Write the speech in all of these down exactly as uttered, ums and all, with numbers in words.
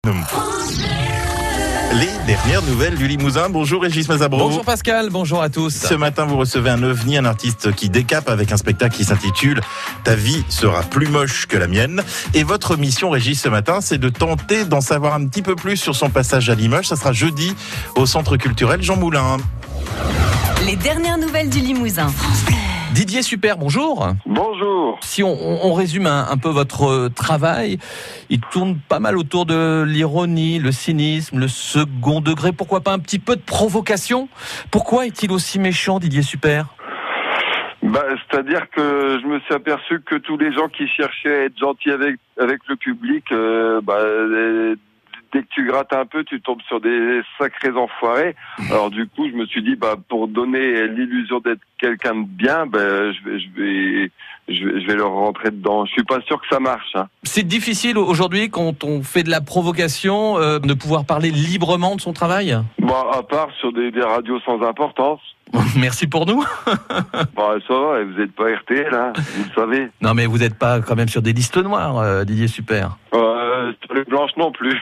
Les dernières nouvelles du Limousin. Bonjour Régis Mazabro. Bonjour Pascal, bonjour à tous. Ce matin, vous recevez un ovni, un artiste qui décape avec un spectacle qui s'intitule « Ta vie sera plus moche que la mienne ». Et votre mission, Régis, ce matin, c'est de tenter d'en savoir un petit peu plus sur son passage à Limoges. Ça sera jeudi au Centre culturel Jean Moulin. Les dernières nouvelles du Limousin. Didier Super, bonjour. Bonjour. Si on, on résume un, un peu votre travail, il tourne pas mal autour de l'ironie, le cynisme, le second degré. Pourquoi pas un petit peu de provocation ? Pourquoi est-il aussi méchant, Didier Super ? Bah, c'est-à-dire que je me suis aperçu que tous les gens qui cherchaient à être gentils avec avec le public, euh, bah, les, dès que tu grattes un peu, tu tombes sur des sacrés enfoirés. Alors du coup, je me suis dit, bah, pour donner l'illusion d'être quelqu'un de bien, bah, je vais, je vais, je vais, je vais leur rentrer dedans. Je suis pas sûr que ça marche. Hein. C'est difficile aujourd'hui, quand on fait de la provocation, euh, de pouvoir parler librement de son travail ? Bah, à part sur des, des radios sans importance. Merci pour nous. Bah, ça va, vous n'êtes pas R T L, hein, vous le savez. Non mais vous n'êtes pas quand même sur des listes noires, euh, Didier Super. Euh, sur les blanches non plus.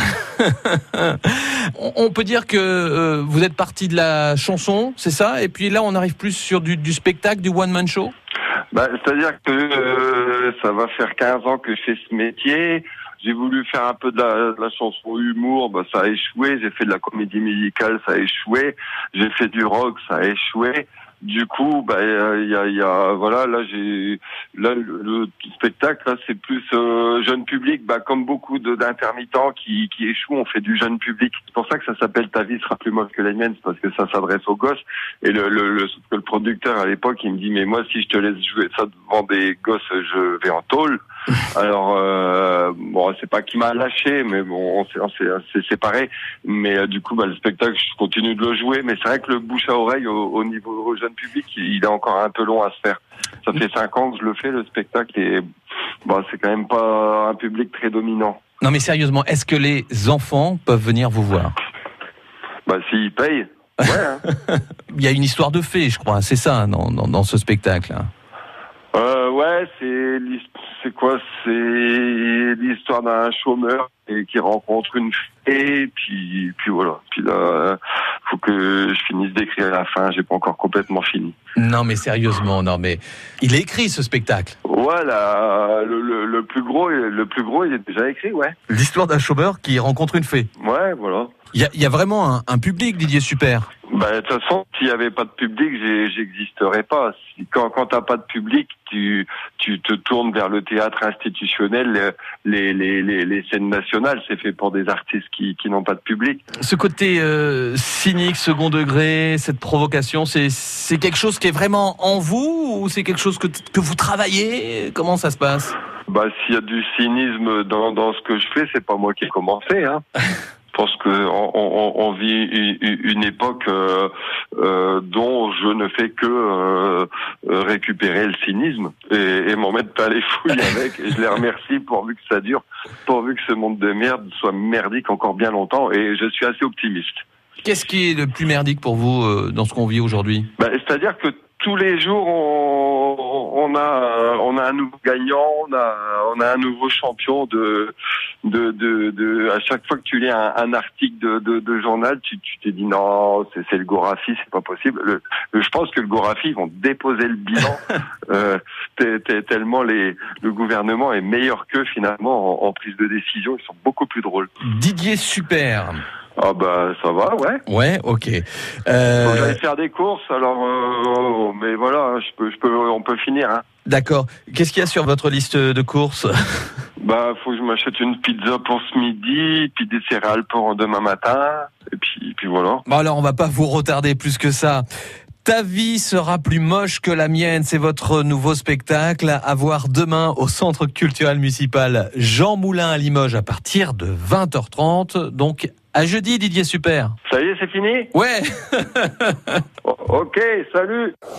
On peut dire que euh, vous êtes parti de la chanson, c'est ça ? Et puis là, on arrive plus sur du, du spectacle, du one-man show ? Bah, c'est-à-dire que euh, ça va faire quinze ans que je fais ce métier. J'ai voulu faire un peu de la, de la chanson humour, bah, ça a échoué. J'ai fait de la comédie musicale, ça a échoué. J'ai fait du rock, ça a échoué. Du coup, bah, il y a, y a, voilà, là, j'ai, là, le, le spectacle, là, c'est plus euh, jeune public, bah, comme beaucoup de, d'intermittents qui, qui échouent, on fait du jeune public. C'est pour ça que ça s'appelle Ta vie sera plus moche que la mienne, c'est parce que ça s'adresse aux gosses. Et le, le, le, le producteur à l'époque, il me dit, mais moi, si je te laisse jouer ça devant des gosses, je vais en tôle. Alors, euh, bon, c'est pas qu'il m'a lâché, mais bon, on s'est, on s'est, on s'est séparés. Mais euh, du coup, bah, le spectacle, je continue de le jouer. Mais c'est vrai que le bouche à oreille au, au niveau jeune public, il est encore un peu long à se faire. Ça fait cinq ans que je le fais, le spectacle, et bah, c'est quand même pas un public très dominant. Non mais sérieusement, est-ce que les enfants peuvent venir vous voir ? Bah, s'ils payent, ouais. Hein. Il y a une histoire de fée, je crois, c'est ça, dans, dans, dans ce spectacle. Euh, ouais, c'est c'est quoi ? C'est l'histoire d'un chômeur et qui rencontre une fée, puis puis voilà. Puis là, faut que je finisse d'écrire la fin. J'ai pas encore complètement fini. Non, mais sérieusement, non, mais il est écrit ce spectacle. Voilà, le, le, le plus gros, le plus gros, il est déjà écrit, ouais. L'histoire d'un chômeur qui rencontre une fée. Ouais, voilà. Il y a, y a vraiment un, un public, Didier Super. Bah, de toute façon, s'il y avait pas de public, j'ai, j'existerais pas. Si, quand, quand t'as pas de public, tu, tu te tournes vers le théâtre institutionnel, les, les, les, les scènes nationales, c'est fait pour des artistes qui, qui n'ont pas de public. Ce côté euh, cynique, second degré, cette provocation, c'est, c'est quelque chose qui est vraiment en vous ou c'est quelque chose que, que vous travaillez ? Comment ça se passe ? Bah, s'il y a du cynisme dans, dans ce que je fais, c'est pas moi qui ai commencé, hein. Je pense que on, on, on vit une, une époque euh, euh, dont je ne fais que euh, récupérer le cynisme et, et m'en mettre pas les fouilles avec. Et je les remercie pourvu que ça dure, pourvu que ce monde de merde soit merdique encore bien longtemps. Et je suis assez optimiste. Qu'est-ce qui est le plus merdique pour vous euh, dans ce qu'on vit aujourd'hui ? Bah, c'est-à-dire que tous les jours, on, on a, on a un nouveau gagnant, on a, on a un nouveau champion de, de, de, de à chaque fois que tu lis un, un article de, de, de journal, tu, tu t'es dit non, c'est, c'est le Gorafi, c'est pas possible. Le, le, je pense que le Gorafi, ils vont déposer le bilan, euh, t'es, t'es, tellement les, le gouvernement est meilleur qu'eux finalement en, en prise de décision, ils sont beaucoup plus drôles. Didier Super. Ah bah ça va, ouais. Ouais, ok. Euh... Faut que j'aille faire des courses, alors euh, mais voilà, je peux, je peux, on peut finir. Hein. D'accord. Qu'est-ce qu'il y a sur votre liste de courses ? Bah, faut que je m'achète une pizza pour ce midi, puis des céréales pour demain matin, et puis, puis voilà. Bon alors, on va pas vous retarder plus que ça. Ta vie sera plus moche que la mienne, c'est votre nouveau spectacle à voir demain au Centre culturel municipal Jean Moulin à Limoges à partir de vingt heures trente. Donc à jeudi, Didier Super. Ça y est, c'est fini ? Ouais. Ok, salut.